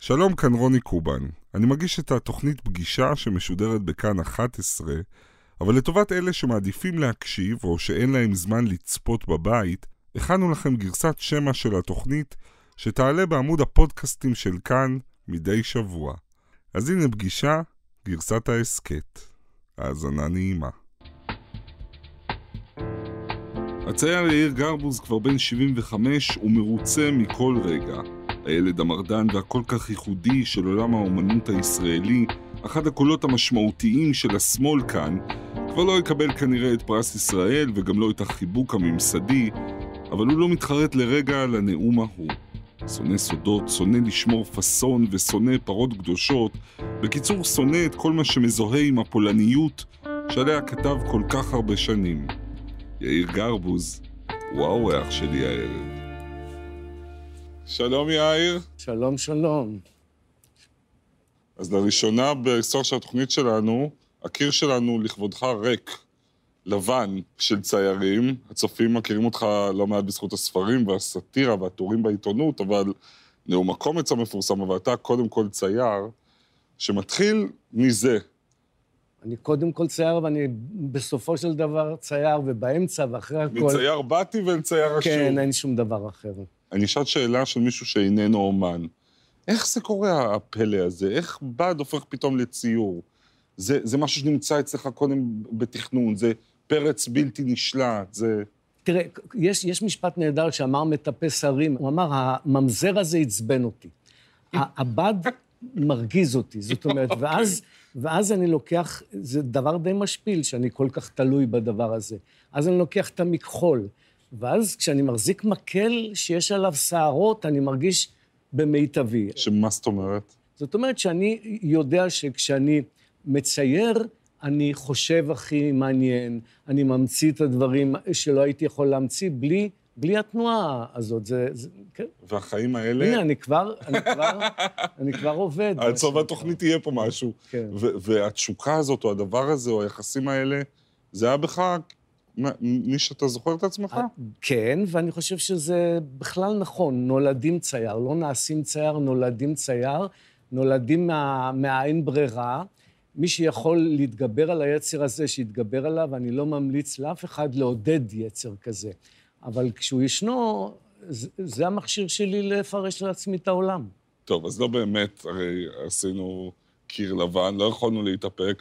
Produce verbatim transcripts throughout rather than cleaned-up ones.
שלום, כאן רוני קובן. אני מגיש את התוכנית פגישה שמשודרת בכאן אחת עשרה, אבל לטובת אלה שמעדיפים להקשיב או שאין להם זמן לצפות בבית, הכנו לכם גרסת שמע של התוכנית שתעלה בעמוד הפודקאסטים של כאן מדי שבוע. אז הנה פגישה, גרסת ההסקט. האזנה נעימה. הצייר יאיר גרבוז כבר בן שבעים וחמש ומרוצה מכל רגע. הילד המרדן והכל כך ייחודי של עולם האומנות הישראלי, אחד הקולות המשמעותיים של השמאל כאן, כבר לא יקבל כנראה את פרס ישראל וגם לא את החיבוק הממסדי, אבל הוא לא מתחרט לרגע על הנאום ההוא. שונא סודות, שונא לשמור פסון ושונא פרות קדושות, בקיצור שונא את כל מה שמזוהה עם הפולניות שעליה כתב כל כך הרבה שנים. יאיר גרבוז הוא האורח שלי הערב. שלום יאיר. שלום, שלום. אז לראשונה בהיסטוריה של התוכנית שלנו, הקיר שלנו לכבודך ריק, לבן של ציירים. הצופים מכירים אותך לא מעט בזכות הספרים והסאטירה והטורים בעיתונות, אבל נאום הקומץ המפורסם, אבל אתה קודם כל צייר, שמתחיל מזה. אני קודם כל צייר, ואני בסופו של דבר צייר, ובאמצע ואחרי הכל... מצייר באתי ולצייר השוב. כן, אין שום דבר אחר. אני אשאל שאלה של מישהו שאיננו אומן. איך זה קורה, הפלא הזה? איך בד הופך פתאום לציור? זה, זה משהו שנמצא אצלך קודם בתכנון, זה פרץ בלתי נשלט, זה... תראה, יש, יש משפט נהדר שאמר מטפס הרים, הוא אמר, הממזר הזה עצבן אותי. הבד מרגיז אותי, זאת אומרת, ואז, ואז אני לוקח, זה דבר די משפיל שאני כל כך תלוי בדבר הזה. אז אני לוקח את המכחול, ואז כשאני מחזיק מקל שיש עליו שערות, אני מרגיש במיטבי. שמה זאת אומרת? זאת אומרת שאני יודע שכשאני מצייר, אני חושב הכי מעניין, אני ממציא את הדברים שלא הייתי יכול להמציא בלי, בלי התנועה הזאת. זה, זה, כן. והחיים האלה... הנה, אני כבר, אני כבר, אני כבר עובד. עד סוף התוכנית יהיה פה משהו. כן. והתשוקה הזאת, או הדבר הזה, או היחסים האלה, זה היה בך... מי שאתה זוכר את עצמך? כן, ואני חושב שזה בכלל נכון. נולדים צייר, לא נעשים צייר, נולדים צייר, נולדים מה, מהאין ברירה. מי שיכול להתגבר על היצר הזה, שיתגבר עליו, אני לא ממליץ לאף אחד לעודד יצר כזה. אבל כשהוא ישנו, זה, זה המכשיר שלי לפרש לעצמי את העולם. טוב, אז לא באמת, הרי עשינו קיר לבן, לא יכולנו להתאפק.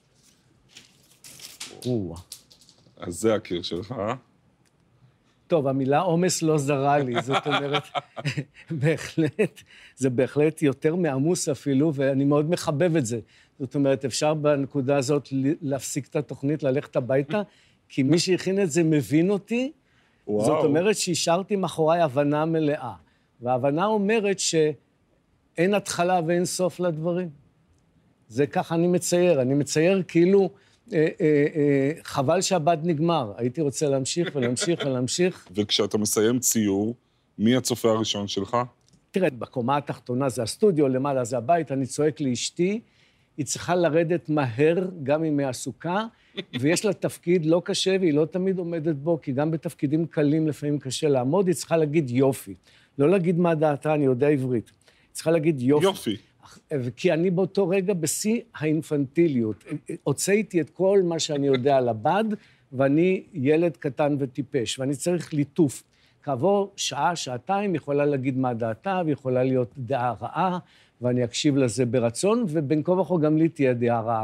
או. אז זה הקיר שלך. טוב, המילה אומס לא זרה לי, זאת אומרת, בהחלט, זה בהחלט יותר מעמוס אפילו, ואני מאוד מחבב את זה. זאת אומרת, אפשר בנקודה הזאת להפסיק את התוכנית, ללכת הביתה, כי מי שהכין את זה מבין אותי, וואו. זאת אומרת שהשארתי מאחוריי הבנה מלאה. וההבנה אומרת שאין התחלה ואין סוף לדברים. זה ככה אני מצייר, אני מצייר כאילו... אה, אה, אה, חבל שהבד נגמר, הייתי רוצה להמשיך ולהמשיך ולהמשיך. וכשאתה מסיים ציור, מי הצופה הראשון שלך? תראה, בקומה התחתונה זה הסטודיו, למעלה זה הבית, אני צועק לאשתי, היא צריכה לרדת מהר, גם אם היא עסוקה, ויש לה תפקיד לא קשה, והיא לא תמיד עומדת בו, כי גם בתפקידים קלים לפעמים קשה לעמוד, היא צריכה להגיד יופי. לא להגיד מה דעתה, אני יודע עברית. היא צריכה להגיד יופי. יופי. כי אני באותו רגע בשיא האינפנטיליות. הוצאתי את כל מה שאני יודע על הבד, ואני ילד קטן וטיפש, ואני צריך ליטוף. כעבור שעה, שעתיים, יכולה להגיד מה דעתה, ויכולה להיות דעה רעה, ואני אקשיב לזה ברצון, ובין כה וכה גם לי תהיה דעה רעה.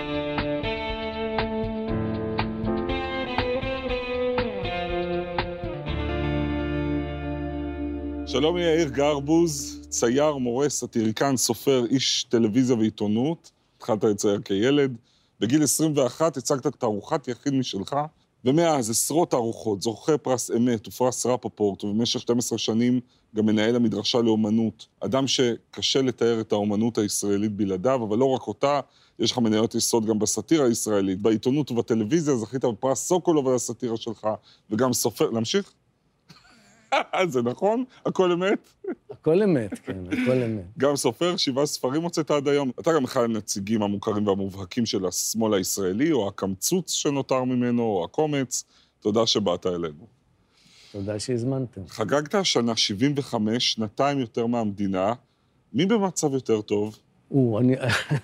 שלום יאיר גרבוז, צייר, מורה, סאטיריקן, סופר, איש טלוויזיה ועיתונות. התחלת לצייר כילד. בגיל עשרים ואחת הצגת תערוכת יחיד משלך, ומאז עשרות תערוכות, זוכה פרס אמת ופרס רפופורט, ובמשך שתים עשרה שנים גם מנהל המדרשה לאומנות. אדם שקשה לתאר את האומנות הישראלית בלעדיו, אבל לא רק אותה, יש לך מניות יסוד גם בסאטירה הישראלית. בעיתונות ובטלוויזיה זכית בפרס סוקולוב על הסאטירה שלך, וגם סופר... להמשיך? זה נכון? הכל אמת? הכל אמת, כן, הכל אמת. גם סופר, שבעה ספרים הוצאת עד היום. אתה גם אחד הנציגים המוכרים והמובהקים של השמאל הישראלי, או הקמצוץ שנותר ממנו, או הקומץ. תודה שבאת אלינו. תודה שהזמנתם. חגגת השנה שבעים וחמש, שנתיים יותר מהמדינה, מי במצב יותר טוב? או, אני,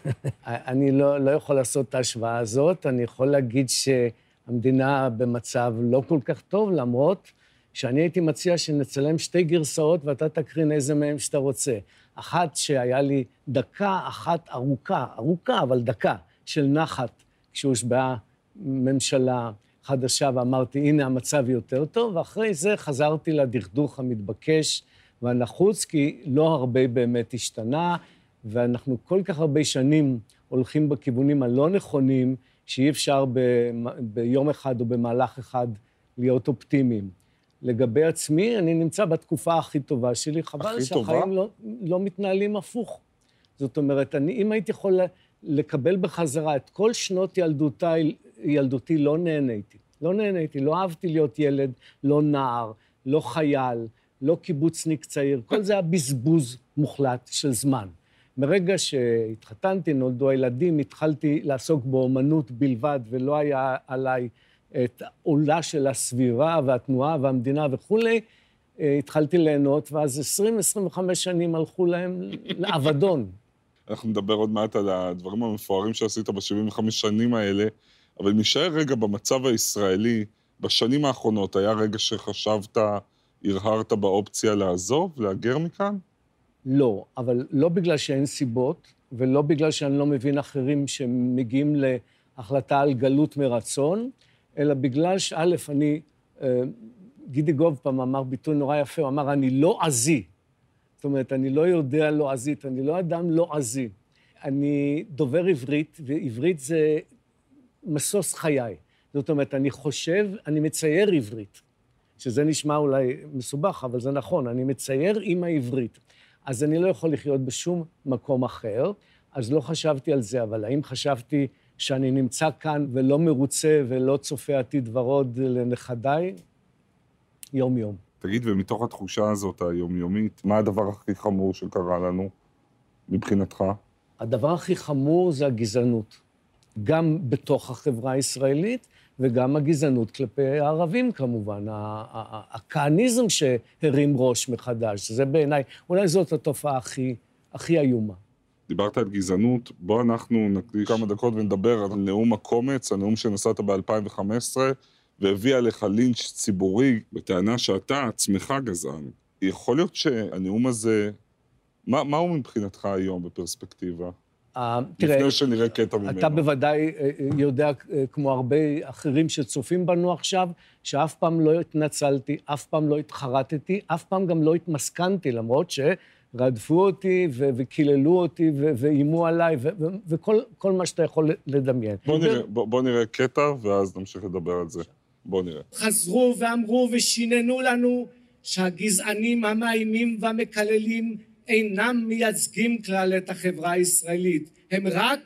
אני לא, לא יכול לעשות את ההשוואה הזאת. אני יכול להגיד שהמדינה במצב לא כל כך טוב, למרות שאני הייתי מציע שנצלם שתי גרסאות ואתה תקרין איזה מהם שאתה רוצה. אחת שהיה לי דקה, אחת ארוכה, ארוכה, אבל דקה, של נחת, כשהושבעה ממשלה חדשה, ואמרתי, הנה המצב יותר טוב, ואחרי זה חזרתי לדכדוך המתבקש והנחוץ, כי לא הרבה באמת השתנה, ואנחנו כל כך הרבה שנים הולכים בכיוונים הלא נכונים, שאי אפשר ב... ביום אחד או במהלך אחד להיות אופטימיים. לגבי עצמי, אני נמצא בתקופה הכי טובה שלי, חבל שהחיים לא, לא מתנהלים הפוך. זאת אומרת, אני, אם הייתי יכול לקבל בחזרה את כל שנות ילדותי, ילדותי לא נהניתי. לא נהניתי, לא אהבתי להיות ילד, לא נער, לא חייל, לא קיבוצניק צעיר, כל זה היה בזבוז מוחלט של זמן. מרגע שהתחתנתי, נולדו הילדים, התחלתי לעסוק באומנות בלבד, ולא היה עליי את עולה של הסביבה והתנועה והמדינה וכולי, התחלתי ליהנות, ואז עשרים עשרים וחמש שנים הלכו להם לאבדון. אנחנו נדבר עוד מעט על הדברים המפוארים שעשית ב-שבעים וחמש שנים האלה, אבל נשאר רגע במצב הישראלי, בשנים האחרונות, היה רגע שחשבת, הרהרת באופציה לעזוב, להגר מכאן? לא, אבל לא בגלל שאין סיבות, ולא בגלל שאני לא מבין אחרים שמגיעים להחלטה על גלות מרצון, אלא בגלל שא', אני, גידי גוב פעם אמר ביטוי נורא יפה, הוא אמר, אני לא עזי. זאת אומרת, אני לא יודע לא עזית, אני לא אדם לא עזי. אני דובר עברית, ועברית זה מסוס חיי. זאת אומרת, אני חושב, אני מצייר עברית, שזה נשמע אולי מסובך, אבל זה נכון, אני מצייר עם העברית. אז אני לא יכול לחיות בשום מקום אחר, אז לא חשבתי על זה, אבל האם חשבתי שאני נמצא כאן ולא מרוצה ולא צופה עתיד ורוד לנכדיי? יום-יום. תגיד, ומתוך התחושה הזאת היומיומית, מה הדבר הכי חמור שקרה לנו מבחינתך? הדבר הכי חמור זה הגזענות. גם בתוך החברה הישראלית, וגם הגזענות כלפי הערבים כמובן. הכהניזם שהרים ראש מחדש, זה בעיניי, אולי זאת התופעה הכי, הכי איומה. דיברת על גזענות, בוא אנחנו נקדיש כמה דקות ונדבר על נאום הקומץ, הנאום שנשאת ב-אלפיים וחמש עשרה, והביא עליך לינץ' ציבורי בטענה שאתה עצמך גזען. יכול להיות שהנאום הזה, מה, מה הוא מבחינתך היום בפרספקטיבה? לפני שנראה קטע ממנו. אתה בוודאי יודע, כמו הרבה אחרים שצופים בנו עכשיו, שאף פעם לא התנצלתי, אף פעם לא התחרטתי, אף פעם גם לא התמסכנתי, למרות שרדפו אותי וקיללו אותי ואימו עליי, וכל מה שאתה יכול לדמיין. בוא נראה, בוא נראה קטע, ואז נמשיך לדבר על זה. בוא נראה. חזרו ואמרו ושיננו לנו שהגזענים המאיימים והמקללים אינם מייצגים כלל את החברה הישראלית, הם רק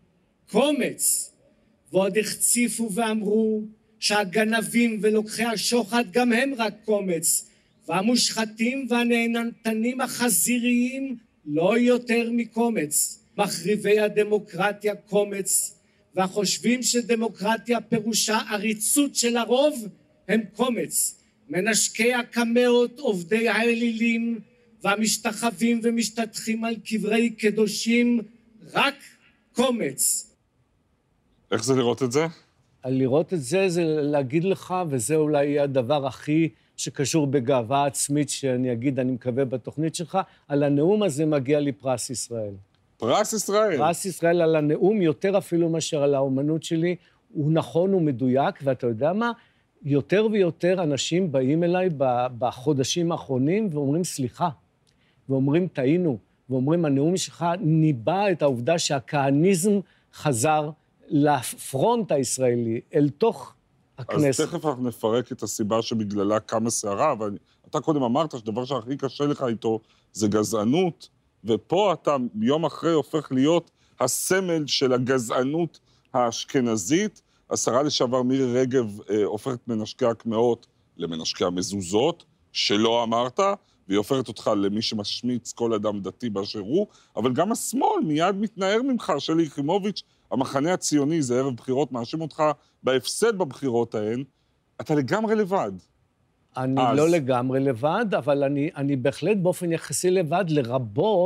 קומץ. ועוד החציפו ואמרו שהגנבים ולוקחי השוחד גם הם רק קומץ, והמושחתים והנהנתנים החזיריים לא יותר מקומץ. מחריבי הדמוקרטיה קומץ, והחושבים שדמוקרטיה פירושה עריצות של הרוב הם קומץ. מנשקי הקמאות, עובדי האלילים, והמשתחווים ומשתתחים על קברי קדושים, רק קומץ. איך זה לראות את זה? לראות את זה זה להגיד לך, וזה אולי יהיה הדבר הכי שקשור בגאווה עצמית, שאני אגיד, אני מקווה בתוכנית שלך, על הנאום הזה מגיע לי פרס ישראל. פרס ישראל? פרס ישראל על הנאום, יותר אפילו מאשר על האומנות שלי, הוא נכון, הוא מדויק, ואתה יודע מה? יותר ויותר אנשים באים אליי בחודשים האחרונים ואומרים סליחה. ואומרים טעינו, ואומרים הנאום שלך ניבא את העובדה שהכהניזם חזר לפרונט הישראלי, אל תוך הכנסת. אז תכף אנחנו נפרק את הסיבה שבגללה קמה שערה, אבל אתה קודם אמרת שדבר שהכי קשה לך איתו זה גזענות, ופה אתה יום אחרי הופך להיות הסמל של הגזענות האשכנזית. השרה לשעבר מירי רגב אה, הופכת מנשקי הקמאות למנשקי המזוזות, שלא אמרת, והיא הופכת אותך למי שמשמיץ כל אדם דתי באשר הוא, אבל גם השמאל מיד מתנער ממך, שלי יחימוביץ', המחנה הציוני, זה ערב בחירות, מאשים אותך בהפסד בבחירות ההן, אתה לגמרי לבד. אני אז... לא לגמרי לבד, אבל אני, אני בהחלט באופן יחסי לבד, לרבות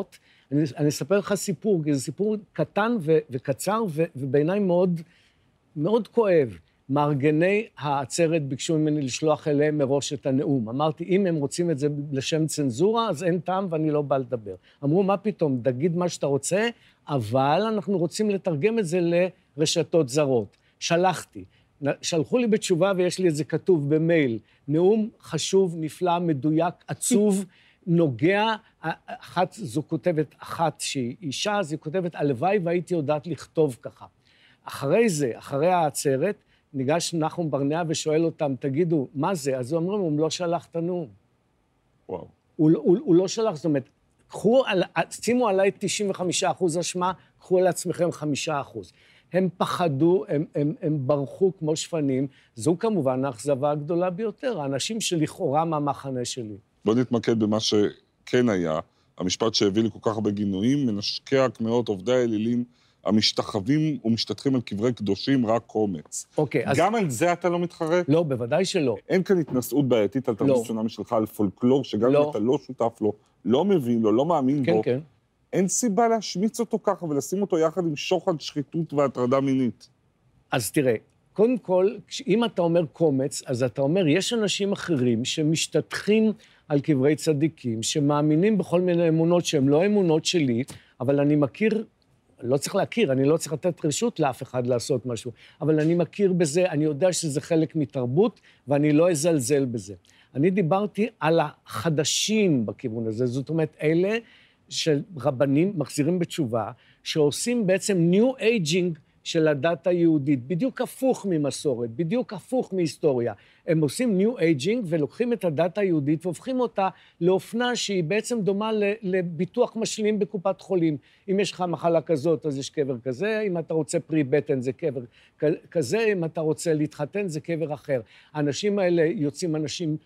אני, אני אספר לך סיפור, כי זה סיפור קטן ו, וקצר, ו, ובעיניי מאוד, מאוד כואב. מארגני העצרת ביקשו ממני לשלוח אליהם מראש את הנאום. אמרתי, אם הם רוצים את זה לשם צנזורה, אז אין טעם ואני לא בא לדבר. אמרו, מה פתאום, תגיד מה שאתה רוצה, אבל אנחנו רוצים לתרגם את זה לרשתות זרות. שלחתי. שלחו לי בתשובה ויש לי את זה כתוב במייל. נאום חשוב, נפלא, מדויק, עצוב, נוגע. אחת, זו כותבת אחת שהיא אישה, אז היא כותבת, הלוואי והייתי יודעת לכתוב ככה. אחרי זה, אחרי העצרת, ניגש נחום ברנע ושואל אותם, תגידו, מה זה? אז אומרים, הוא לא שלח את הנאום. וואו. הוא, הוא, הוא לא שלח, זאת אומרת, קחו, שימו עליי תשעים וחמישה אחוז אשמה, קחו על עצמכם חמישה אחוז. הם פחדו, הם, הם, הם ברחו כמו שפנים, זו כמובן האכזבה הגדולה ביותר, האנשים שלכאורה מהמחנה שלי. בוא נתמקד במה שכן היה, המשפט שהביא לי כל כך הרבה גינויים, מנשקע כמאות עובדי האלילים, המשתחווים ומשתתחים על קברי קדושים רק קומץ. אוקיי, אז... גם על זה אתה לא מתחרט? לא, בוודאי שלא. אין כאן התנשאות בעייתית על תרבות שונה משלך, על פולקלור, שגם לא. אם אתה לא שותף לו, לא מבין לו, לא מאמין כן, בו, כן. אין סיבה להשמיץ אותו ככה ולשים אותו יחד עם שוחד, שחיתות והטרדה מינית. אז תראה, קודם כל, אם אתה אומר קומץ, אז אתה אומר, יש אנשים אחרים שמשתתחים על קברי צדיקים, שמאמינים בכל מיני אמונות שהן לא אמונות שלי, אבל אני מכיר, לא צריך להכיר, אני לא צריך לתת רשות לאף אחד לעשות משהו, אבל אני מכיר בזה, אני יודע שזה חלק מתרבות, ואני לא אזלזל בזה. אני דיברתי על החדשים בכיוון הזה, זאת אומרת, אלה של רבנים מחזירים בתשובה, שעושים בעצם ניו אייג'ינג של הדת היהודית, בדיוק הפוך ממסורת, בדיוק הפוך מהיסטוריה. הם עושים ניו אייג'ינג ולוקחים את הדת היהודית והופכים אותה לאופנה שהיא בעצם דומה לביטוח משלים בקופת חולים. אם יש לך מחלה כזאת, אז יש קבר כזה, אם אתה רוצה פרי בטן זה קבר כזה, אם אתה רוצה להתחתן זה קבר אחר. האנשים האלה יוצאים אנשים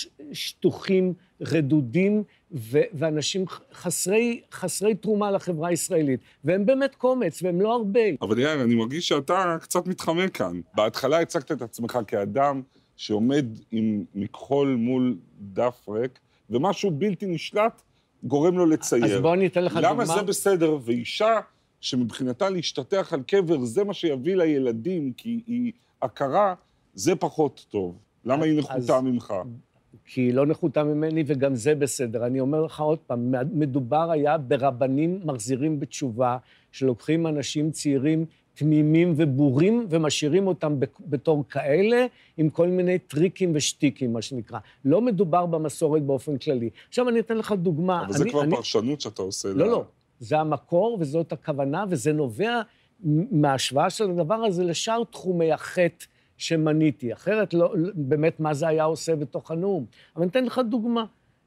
שטוחים, רדודים, ו- ואנשים חסרי, חסרי תרומה לחברה הישראלית, והם באמת קומץ, והם לא הרבה. אבל יאיר, אני מרגיש שאתה קצת מתחמק כאן. בהתחלה הצגת את עצמך כאדם שעומד עם מכחול מול דף ריק, ומשהו בלתי נשלט גורם לו לצייר. אז בוא אני אתן לך למה דוגמה. זה בסדר? ואישה שמבחינתה להשתטח על קבר, זה מה שיביא לילדים, כי היא הכרה, זה פחות טוב. למה היא נחותה אז... ממך? כי היא לא נחותה ממני, וגם זה בסדר. אני אומר לך עוד פעם, מדובר היה ברבנים מחזירים בתשובה, שלוקחים אנשים צעירים תמימים ובורים, ומשאירים אותם בתור כאלה, עם כל מיני טריקים ושטיקים, מה שנקרא. לא מדובר במסורת באופן כללי. עכשיו אני אתן לך דוגמה. אבל זה אני, כבר אני... פרשנות שאתה עושה. לא, לה... לא. זה המקור, וזאת הכוונה, וזה נובע מההשוואה של הדבר הזה לשאר תחומי החטא, שמניתי, אחרת לא, באמת מה זה היה עושה בתוך הנאום. אבל אני אתן לך דוגמה.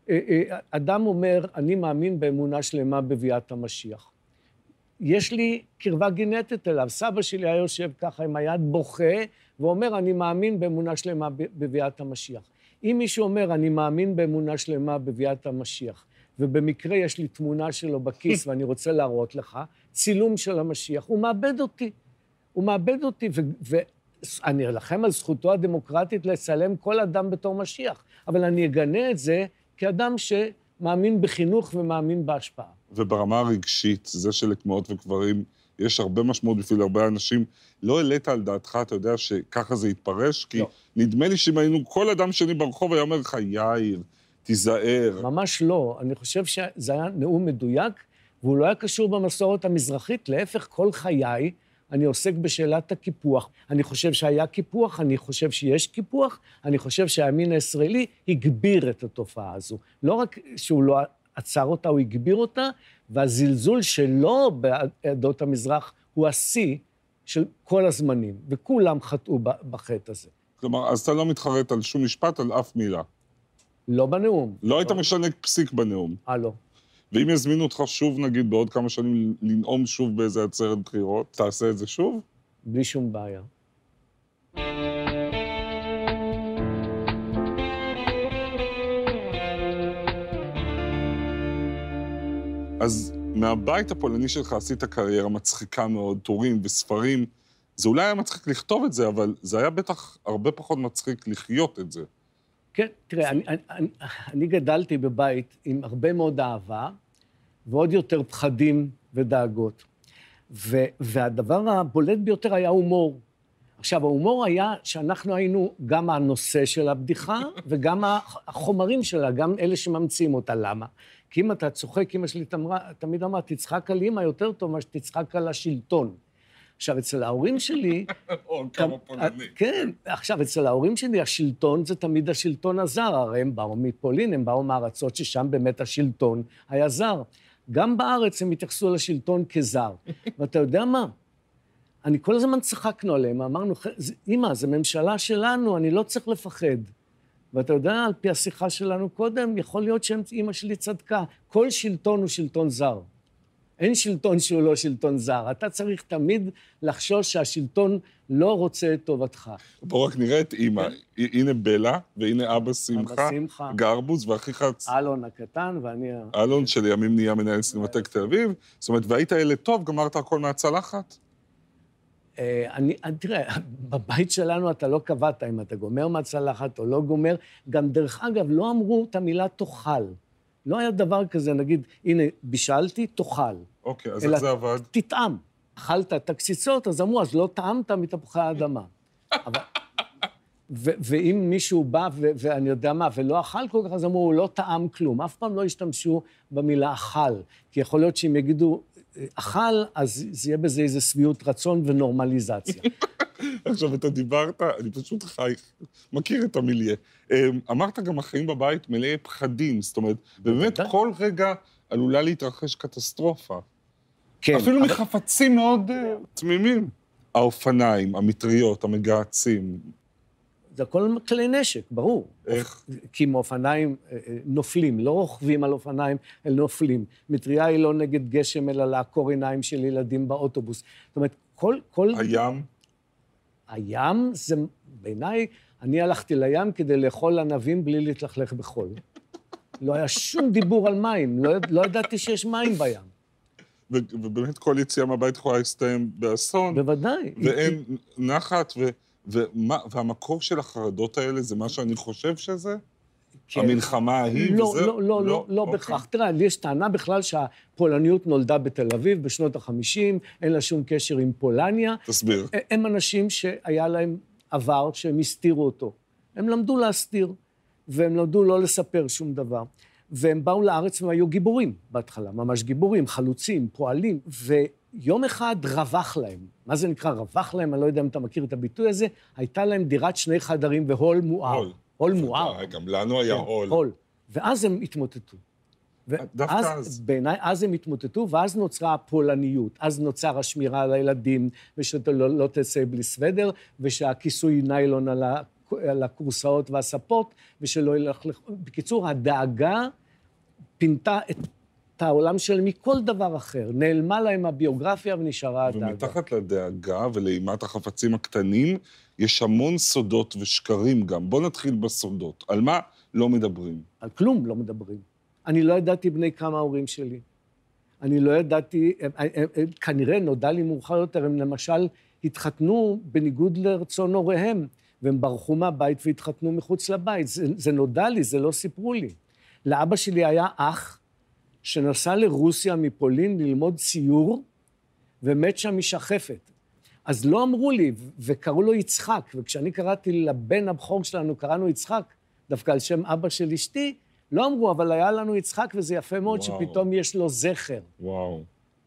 אדם אומר, אני מאמין באמונה שלמה בביאת המשיח. יש לי קרבה גנטית אליו, סבא שלי היה יושב ככה עם היד בוכה, ואומר, אני מאמין באמונה שלמה בביאת המשיח. אם מישהו אומר, אני מאמין באמונה שלמה בביאת המשיח, ובמקרה יש לי תמונה שלו בכיס ואני רוצה להראות לך, צילום של המשיח, הוא מאבד אותי. הוא מאבד אותי, ו... ו אני אלחם על זכותו הדמוקרטית לצלם כל אדם בתור משיח, אבל אני אגנה את זה כאדם שמאמין בחינוך ומאמין בהשפעה. וברמה הרגשית, זה שלכמאות וקברים, יש הרבה משמעות בשביל הרבה אנשים. לא העלית על דעתך, אתה יודע שככה זה יתפרש? כי לא. נדמה לי שאם היינו כל אדם שני ברחוב היה אומר לך, יאיר, תיזהר. ממש לא. אני חושב שזה היה נאום מדויק, והוא לא היה קשור במסורת המזרחית, להפך כל חיי, אני עוסק בשאלת הקיפוח. אני חושב שהיה קיפוח, אני חושב שיש קיפוח, אני חושב שהימין הישראלי הגביר את התופעה הזו. לא רק שהוא לא עצר אותה, הוא הגביר אותה, והזלזול שלו בעדות המזרח הוא השיא של כל הזמנים, וכולם חטאו בחטא הזה. כלומר, אז אתה לא מתחרט על שום משפט, על אף מילה. לא בנאום. לא היית משנה פסיק בנאום. אה, לא. ואם יזמינו אותך שוב, נגיד, בעוד כמה שנים לנאום שוב באיזה עצרת בחירות, תעשה את זה שוב? בלי שום בעיה. אז מהבית הפולני שלך עשית קריירה מצחיקה מאוד, טורים וספרים. זה אולי היה מצחיק לכתוב את זה, אבל זה היה בטח הרבה פחות מצחיק לחיות את זה. כן, תראה, אני, אני, אני גדלתי בבית עם הרבה מאוד אהבה, ועוד יותר פחדים ודאגות. ו- והדבר הבולט ביותר היה הומור. עכשיו, ההומור היה שאנחנו היינו גם הנושא של הבדיחה, וגם החומרים שלה, גם אלה שממציאים אותה. למה? כי אם אתה צוחק, אמא שלי תמרה, תמיד אמרה, תצחק על אמא יותר טוב מה שתצחק על השלטון. עכשיו, אצל ההורים שלי... או, כמה פולני. כן, עכשיו, אצל ההורים שלי, השלטון זה תמיד השלטון הזר, הרי הם באו מפולין, הם באו מארצות ששם באמת השלטון היה זר. גם בארץ הם התייחסו לשלטון כזר. ואתה יודע מה? אני כל הזמן צחקנו עליהם, אמרנו, אמא, זו ממשלה שלנו, אני לא צריך לפחד. ואתה יודע, על פי השיחה שלנו קודם, יכול להיות שאמא שלי צדקה. כל שלטון הוא שלטון זר. אין שלטון שהוא לא שלטון זר. אתה צריך תמיד לחשוש שהשלטון לא רוצה את טובתך. בואו רק נראה את אמא. הנה בלה, והנה אבא שמחה, שמחה. גרבוז, ואחיך... אלון הקטן, ואני... אלון, שלימים נהיה מנהל סינמטק תל אביב. זאת אומרת, והיית ילד טוב, גמרת הכל מהצלחת? אני, תראה, בבית שלנו אתה לא קבעת אם אתה גומר מהצלחת או לא גומר. גם דרך אגב, לא אמרו את המילה תאכל. לא היה דבר כזה, נגיד, הנה, בישלתי, תאכל. אוקיי, אז איך זה עבד? תטעם. אכלת את הקציצות, אז אמרו, אז לא טעמת מתפוחי האדמה. אבל... ו- ואם מישהו בא, ו- ואני יודע מה, ולא אכל כל כך, אז אמרו, הוא לא טעם כלום. אף פעם לא השתמשו במילה אכל. כי יכול להיות שאם יגידו, אכל, אז זה יהיה בזה איזו שביעות רצון ונורמליזציה. עכשיו, אתה דיברת, אני פשוט חי, מכיר את המיליה. אמרת גם החיים בבית מלאי פחדים, זאת אומרת, באמת כל רגע עלולה להתרחש קטסטרופה. כן. אפילו מחפצים מאוד תמימים. האופניים, המטריות, המגעצים. זה הכל כלי נשק, ברור. איך? כי מאופניים נופלים, לא רוכבים על אופניים, אלא נופלים. מטריה היא לא נגד גשם, אלא לעקור עיניים של ילדים באוטובוס. זאת אומרת, כל... כל... הים? הים זה, בעיניי, אני הלכתי לים כדי לאכול ענבים בלי להתלכלך בחול. לא היה שום דיבור על מים, לא, לא ידעתי שיש מים בים. ו- ובאמת כל יציאה מהבית יכולה להסתיים באסון. בוודאי. ואין נחת, ו- ומה, והמקור של החרדות האלה זה מה שאני חושב שזה? כן. המלחמה ההיא לא, וזה? לא, לא, לא, לא אוקיי. בכך. תראה, יש טענה בכלל שהפולניות נולדה בתל אביב בשנות ה-חמישים, אין לה שום קשר עם פולניה. תסביר. הם אנשים שהיה להם עבר שהם הסתירו אותו. הם למדו להסתיר, והם למדו לא לספר שום דבר. והם באו לארץ והם היו גיבורים בהתחלה, ממש גיבורים, חלוצים, פועלים, ויום אחד רווח להם. מה זה נקרא רווח להם? אני לא יודע אם אתה מכיר את הביטוי הזה. הייתה להם דירת שני חדרים והול מואר. הול. הול מואר. גם לנו היה הול. הול. ואז הם התמוטטו. דווקא אז. בעיניי, אז הם התמוטטו, ואז נוצרה הפולניות. אז נוצר השמירה על הילדים, ושאתה לא, לא תצא בלי סוודר, ושהכיסוי ניילון על, ה, על הקורסאות והספות, ושלא ילך... בקיצור, הדאגה פינתה את, את העולם שלהם מכל דבר אחר. נעלמה להם הביוגרפיה ונשארה הדאגה. ומתחת לדאגה ולאימת החפצים הקטנים, יש המון סודות ושקרים גם. בוא נתחיל בסודות. על מה לא מדברים? על כלום לא מדברים. אני לא ידעתי בני כמה ההורים שלי. אני לא ידעתי, הם, הם, הם, כנראה נודע לי מאוחר יותר, הם למשל התחתנו בניגוד לרצון הוריהם, והם ברחו מהבית והתחתנו מחוץ לבית. זה, זה נודע לי, זה לא סיפרו לי. לאבא שלי היה אח שנסע לרוסיה מפולין ללמוד ציור, ומת שם משחפת. אז לא אמרו לי, וקראו לו יצחק, וכשאני קראתי לבן הבכור שלנו, קראנו יצחק, דווקא על שם אבא של אשתי, לא אמרו, אבל היה לנו יצחק, וזה יפה מאוד וואו. שפתאום יש לו זכר. וואו.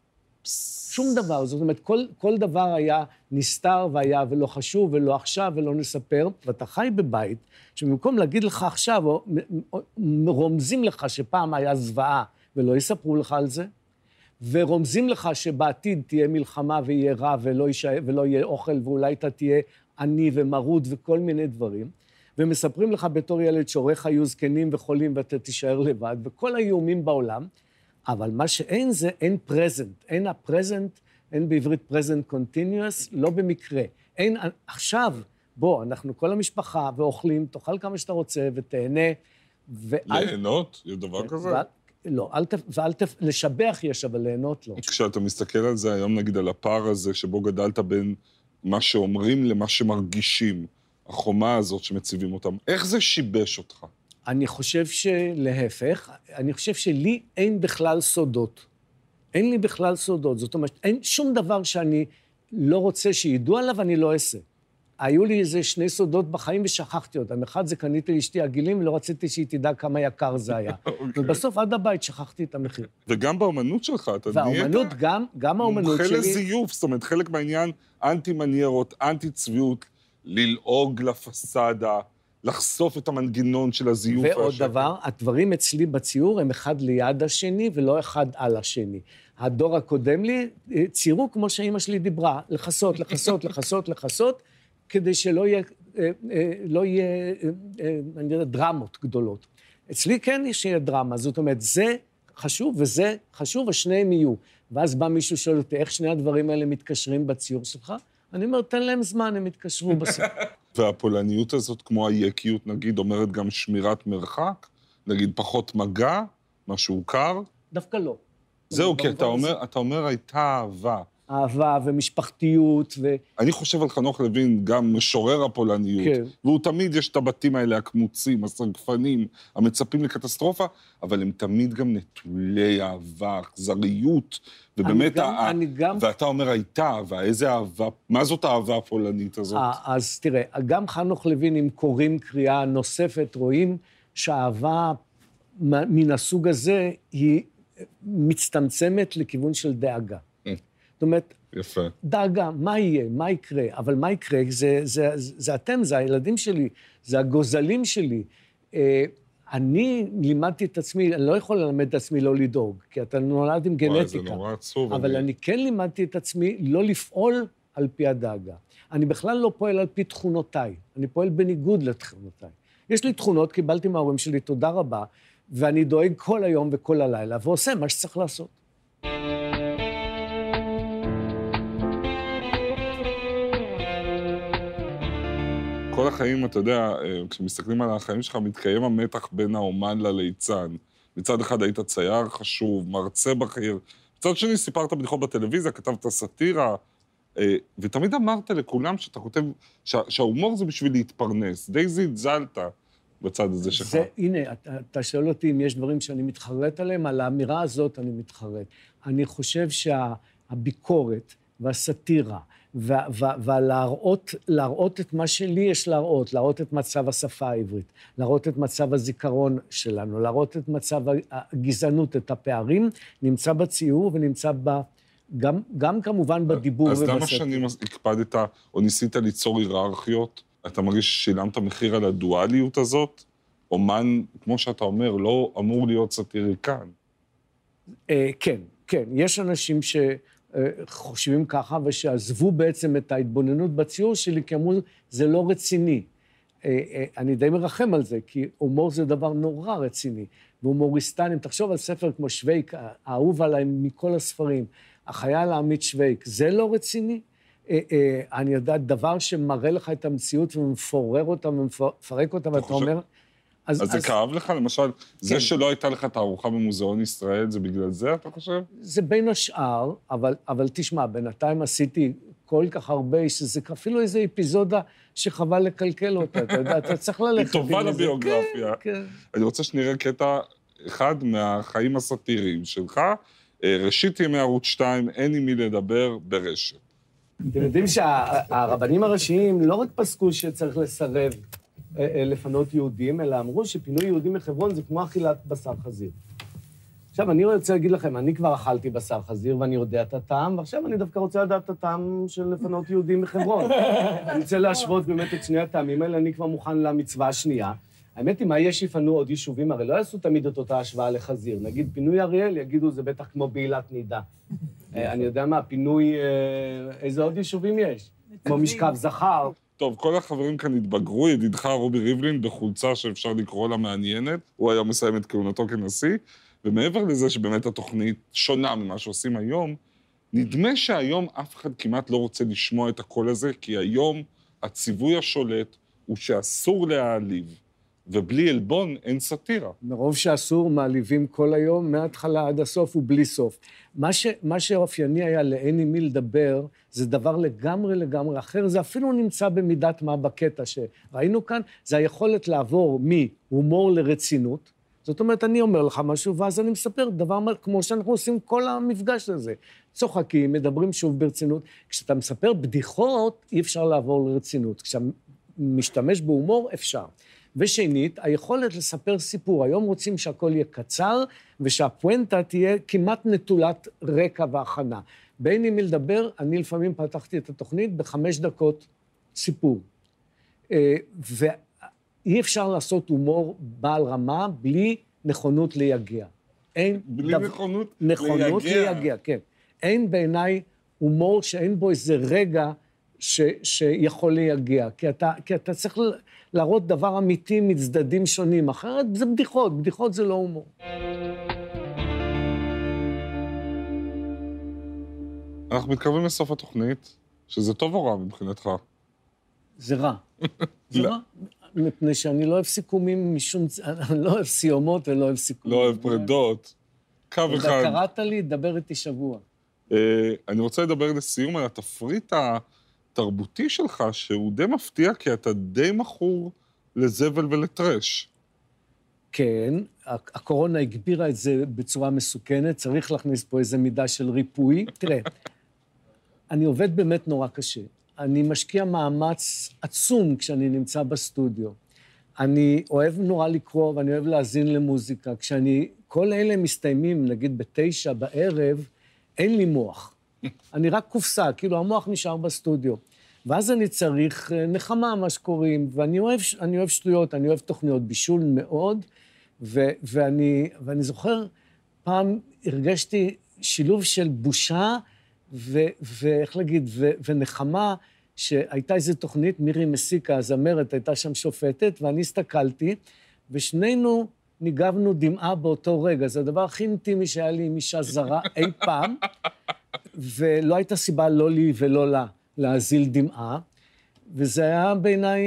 שום דבר, זאת אומרת, כל, כל דבר היה נסתר והיה ולא חשוב ולא עכשיו ולא נספר, ואתה חי בבית, שבמקום להגיד לך עכשיו, או, או, רומזים לך שפעם היה זוועה, ולא יספרו לך על זה, ורומזים לך שבעתיד תהיה מלחמה ויהיה רע ולא, יישא, ולא יהיה אוכל, ואולי אתה תהיה עני ומרוד וכל מיני דברים, ומספרים לך בתור ילד שהוריך היו זקנים וחולים ואתה תישאר לבד, וכל האיומים בעולם, אבל מה שאין זה, אין פרזנט. אין הפרזנט, אין בעברית פרזנט קונטיניוס, לא במקרה. אין, עכשיו, בוא, אנחנו כל המשפחה ואוכלים, תאכל כמה שאתה רוצה ותהנה. ואל... ליהנות? יש דבר כזה? ואל... לא, אל ת... ואל ת... לשבח יש, אבל ליהנות לא. כשאתה מסתכל על זה היום, נגיד, על הפער הזה, שבו גדלת בין מה שאומרים למה שמרגישים, החומה הזאת שמציבים אותם, איך זה שיבש אותך? אני חושב שלהפך, אני חושב שלי אין בכלל סודות. אין לי בכלל סודות. זאת אומרת, אין שום דבר שאני לא רוצה שידעו עליו, אני לא אעשה. היו לי איזה שני סודות בחיים ושכחתי אותם. אחד זה קניתי לאשתי עגילים, ולא רציתי שהיא תדע כמה יקר זה היה. ובסוף עד הבית שכחתי את המחיר. וגם באמנות שלך, אתה נהיית... והאמנות, גם, גם האמנות שלי... מומחה לזיוף, זאת אומרת, חלק מהעניין אנטי-מניירות, אנטי-צביעות, ללעוג לפסדה, לחשוף את המנגנון של הזיוף. ועוד דבר, הדברים אצלי בציור הם אחד ליד השני, ולא אחד על השני. הדור הקודם לי, ציירו כמו שאמא שלי דיברה, לחסות, לחסות, לחסות, לחסות, כדי שלא יהיה, לא יהיה, אני יודע, דרמות גדולות. אצלי כן יש שיהיה דרמה, זאת אומרת, זה חשוב וזה חשוב, ושניהם יהיו. ואז בא מישהו שואל אותי, איך שני הדברים האלה מתקשרים בציור שלך? אני אומר, תן להם זמן, הם יתקשרו בסוף. והפולניות הזאת, כמו היקיות, נגיד, אומרת גם שמירת מרחק? נגיד, פחות מגע, משהו קר? דווקא לא. זהו, כי אתה אומר, אתה אומר, הייתה אהבה. אהבה ומשפחתיות ו... אני חושב על חנוך לוין, גם משורר הפולניות, כן. והוא תמיד יש את הבתים האלה, הקמוצים, הסרגפנים, המצפים לקטסטרופה, אבל הם תמיד גם נטולי אהבה, אכזריות, ובאמת... אני גם, ה... אני גם... ואתה אומר, הייתה אהבה, איזה אהבה, מה זאת האהבה הפולנית הזאת? אז תראה, גם חנוך לוין, אם קוראים קריאה נוספת, רואים שהאהבה מן הסוג הזה היא מצטמצמת לכיוון של דאגה. זאת אומרת, יפה. דאגה, מה יהיה, מה יקרה, אבל מה יקרה, זה, זה, זה, זה אתם, זה הילדים שלי, זה הגוזלים שלי. אני לימדתי את עצמי, אני לא יכול ללמד את עצמי לא לדאוג, כי אתה נולד עם גנטיקה. וואי, זה נורא עצוב. אבל אני... אני כן לימדתי את עצמי לא לפעול על פי הדאגה. אני בכלל לא פועל על פי תכונותיי, אני פועל בניגוד לתכונותיי. יש לי תכונות, קיבלתי מההורים שלי, תודה רבה, ואני דואג כל היום וכל הלילה, ועושה מה שצריך לעשות. כל החיים, אתה יודע, כשמסתכלים על החיים שלך, מתקיים המתח בין האומן לליצן. מצד אחד היית צייר חשוב, מרצה בכיר. מצד שני, סיפרת בדיחות בטלוויזיה, כתבת סאטירה, ותמיד אמרת לכולם שאתה כותב, שההומור זה בשביל להתפרנס. די זלזלת בצד הזה שלך. זה, הנה, אתה, אתה שואל אותי אם יש דברים שאני מתחרט עליהם, על האמירה הזאת אני מתחרט. אני חושב שהביקורת והסאטירה, ולהראות, להראות את מה שלי יש להראות, להראות את מצב השפה העברית, להראות את מצב הזיכרון שלנו, להראות את מצב הגזענות, את הפערים, נמצא בציור ונמצא ב... גם, גם כמובן בדיבור אז ובסרט. למה שנים הקפדת או ניסית ליצור היררכיות? אתה מרגיש ששילמת מחיר על הדואליות הזאת? אומן, כמו שאתה אומר, לא אמור להיות סאטיריקן. כן, כן. יש אנשים ש... חושבים ככה, ושעזבו בעצם את ההתבוננות בציור שלי, כי אמרו, זה לא רציני. אני די מרחם על זה, כי הומור זה דבר נורא רציני. והומוריסטנים, תחשוב על ספר כמו שווייק, האהוב עליי מכל הספרים, החייל העמית שווייק, זה לא רציני? אני יודע, דבר שמראה לך את המציאות ומפורר אותה ומפרק אותה, ואתה אומר... אז, אז זה כאב לך? למשל, כן. זה שלא הייתה לך תערוכה במוזיאון ישראל, זה בגלל זה, אתה חושב? זה בין השאר, אבל, אבל תשמע, בינתיים עשיתי כל כך הרבה, שזה אפילו איזו אפיזודה שחבל לקלקל אותה, אתה יודע, אתה צריך ללכת. היא טובה לביוגרפיה. כן, כן. אני רוצה שנראה קטע אחד מהחיים הסאטיריים שלך, ראשית ימי ערוץ שתיים, אין עם מי לדבר ברשת. אתם יודעים שהרבנים הראשיים לא רק פסקו שצריך לסרב, לפנות יהודים, אלא אמרו שפינוי יהודים מחברון זה כמו אכילת בשר חזיר. עכשיו, אני רוצה להגיד לכם, אני כבר אכלתי בשר חזיר ואני יודע את הטעם, ועכשיו אני דווקא רוצה לדעת את הטעם של לפנות יהודים מחברון. אני רוצה להשוות באמת את שני הטעמים האלה, אני כבר מוכן למצווה השנייה. האמת היא, מה יש שיפנו עוד יישובים? הרי לא יעשו תמיד את אותה השוואה לחזיר. נגיד, פינוי אריאל, יגידו, זה בטח כמו בעילת נידה. אני יודע מה, פינוי... איזה עוד יישובים יש? כמו משכב זכר. טוב, כל החברים כאן התבגרו, ידידך רובי ריבלין בחולצה שאפשר לקרוא לה מעניינת, הוא היום מסיים את כהונתו כנשיא, ומעבר לזה שבאמת התוכנית שונה ממה שעושים היום, נדמה שהיום אף אחד כמעט לא רוצה לשמוע את הקול הזה, כי היום הציווי השולט הוא שאסור להעליב, ובלי אלבון אין סאטירה. מרוב שאסור מעליבים כל היום, מההתחלה עד הסוף ובלי סוף. מה, ש, מה שאופייני היה לאין עם מי לדבר, זה דבר לגמרי לגמרי אחר, זה אפילו נמצא במידת מה בקטע שראינו כאן, זה היכולת לעבור מהומור לרצינות, זאת אומרת, אני אומר לך משהו, ואז אני מספר דבר כמו שאנחנו עושים כל המפגש הזה. צוחקים, מדברים שוב ברצינות. כשאתה מספר בדיחות, אי אפשר לעבור לרצינות. כשאתה משתמש בהומור, אפשר. ושנית, היכולת לספר סיפור. היום רוצים שהכל יהיה קצר, ושהפואנטה תהיה כמעט נטולת רקע והכנה. בין אם לדבר, אני לפעמים פתחתי את התוכנית בחמש דקות סיפור. ואי אפשר לעשות הומור בעל רמה בלי נכונות ליגע. אין בלי דו... נכונות, נכונות ליגע. ליגע, כן. אין בעיניי הומור שאין בו איזה רגע ש... שיכול ליגע, כי אתה, כי אתה צריך להראות דבר אמיתי מצדדים שונים, אחרת זה בדיחות, בדיחות זה לא הומור. אנחנו מתקרבים לסוף התוכנית, שזה טוב או רע מבחינתך? זה רע. זה רע, מפני שאני לא אוהב סיכומים משום... אני לא אוהב סיומות ולא אוהב סיכומים. לא אוהב פרדות. קו אחד. קראת לי, דבר איתי שבוע. אני רוצה לדבר לסיום על התפריט התרבותי שלך, שהוא די מפתיע, כי אתה די מכור לזבל ולטרש. כן, הקורונה הגבירה את זה בצורה מסוכנת, צריך להכניס פה איזו מידה של ריפוי. תראה, אני עובד באמת נורא קשה. אני משקיע מאמץ עצום כשאני נמצא בסטודיו. אני אוהב נורא לקרוא ואני אוהב להאזין למוזיקה. כשאני, כל אלה מסתיימים, נגיד בתשע בערב, אין לי מוח. אני רק קופסה, כאילו המוח נשאר בסטודיו. ואז אני צריך נחמה, מה שקוראים, ואני אוהב, אני אוהב שטויות, אני אוהב תוכניות בישול מאוד, ו, ואני, ואני זוכר, פעם הרגשתי שילוב של בושה, ו, ואיך להגיד, ו, ונחמה, שהייתה איזו תוכנית, מירי מסיקה, הזמרת, הייתה שם שופטת, ואני הסתכלתי, ושנינו ניגבנו דמעה באותו רגע. זה הדבר הכי אינטימי שהיה לי עם אישה זרה אי פעם, ולא הייתה סיבה לא לי ולא לה להזיל דמעה, וזה היה בעיניי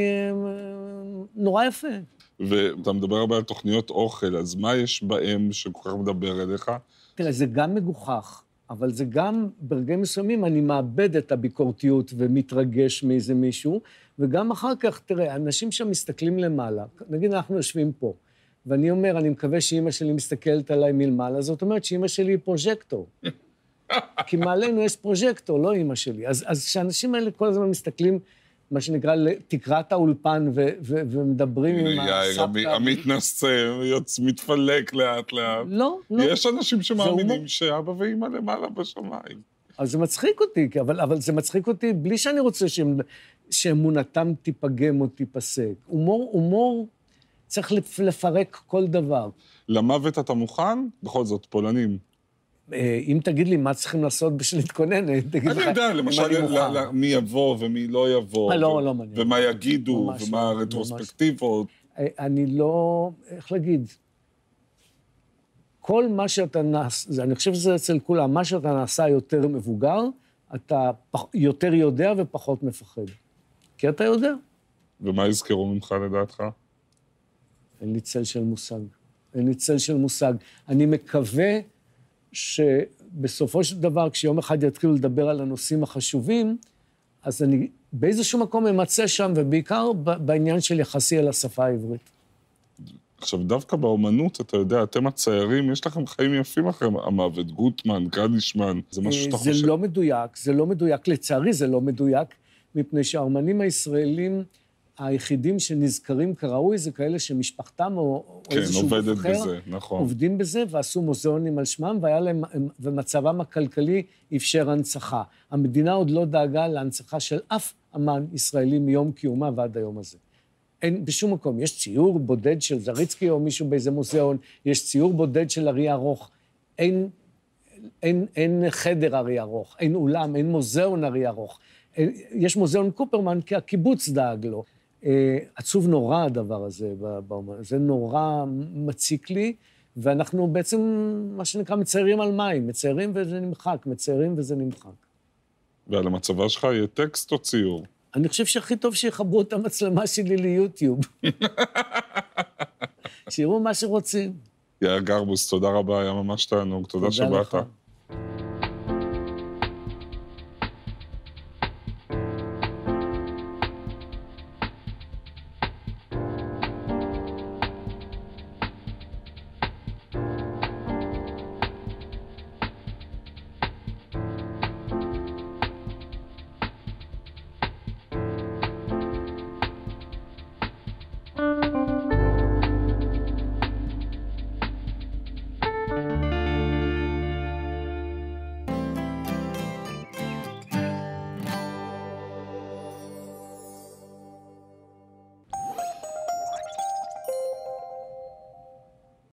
נורא יפה. ואתה מדבר הרבה על תוכניות אוכל, אז מה יש בהם שכל כך מדבר אליך? תראה, זה גם מגוחך, אבל זה גם, ברגעים מסוימים, אני מאבד את הביקורתיות ומתרגש מאיזה מישהו, וגם אחר כך, תראה, אנשים שם מסתכלים למעלה, נגיד אנחנו יושבים פה, ואני אומר, אני מקווה שאמא שלי מסתכלת עליי מלמעלה, זאת אומרת שאמא שלי היא פרוז'קטור. כי מעלינו יש פרוז'קטור, לא אמא שלי. אז, אז שהאנשים האלה כל הזמן מסתכלים, מה שנקרא, תקרת האולפן, ו- ו- ומדברים עם הסבתא. המתנשא, מתפלק לאט לאט. לא, לא. יש אנשים שמאמינים שאבא ואמא למעלה בשמיים. אז זה מצחיק אותי, אבל, אבל זה מצחיק אותי בלי שאני רוצה שאמונתם תיפגם או תיפסק. הומור, הומור צריך לפרק כל דבר. למוות אתה מוכן? בכל זאת, פולנים. אם תגיד לי מה צריכים לעשות בשביל להתכונן, תגיד לך, אני יודע, למשל, מי יבוא ומי לא יבוא, לא, לא מעניין. ומה יגידו, ומה הרטרוספקטיבות. אני לא, איך להגיד, כל מה שאתה נעשה, אני חושב שזה אצל כולם, מה שאתה נעשה יותר מבוגר, אתה יותר יודע ופחות מפחד. כי אתה יודע. ומה יזכרו ממך לדעתך? אין לי צל של מושג. אין לי צל של מושג. אני מקווה שבסופו של דבר, כשיום אחד יתחילו לדבר על הנושאים החשובים, אז אני באיזשהו מקום אמצא שם, ובעיקר בעניין של יחסי אל השפה העברית. עכשיו, דווקא באומנות, אתה יודע, אתם הציירים, יש לכם חיים יפים אחרי המוות, גוטמן, גדישמן, זה משהו שאתה חושב. זה לא מדויק, זה לא מדויק, לצערי זה לא מדויק, מפני שהאומנים הישראלים, היחידים שנזכרים כראוי, זה כאלה שמשפחתם או כן, איזשהו גוף אחר, בזה, נכון. עובדים בזה ועשו מוזיאונים על שמם, והיה להם, ומצבם הכלכלי אפשר הנצחה. המדינה עוד לא דאגה להנצחה של אף אמן ישראלי מיום קיומה ועד היום הזה. אין בשום מקום. יש ציור בודד של זריצקי או מישהו באיזה מוזיאון, יש ציור בודד של ארי ארוך. אין, אין, אין חדר ארי ארוך, אין אולם, אין מוזיאון ארי ארוך. אין, יש מוזיאון קופרמן כי הקיבוץ דאג לו. עצוב נורא הדבר הזה, זה נורא מציק לי, ואנחנו בעצם, מה שנקרא, מציירים על מים, מציירים וזה נמחק, מציירים וזה נמחק. ועל המצבה שלך יהיה טקסט או ציור? אני חושב שהכי טוב שיחברו את המצלמה שלי ליוטיוב. שיראו מה שרוצים. יאיר גרבוז, תודה רבה, היה ממש תענוג, תודה שבאת.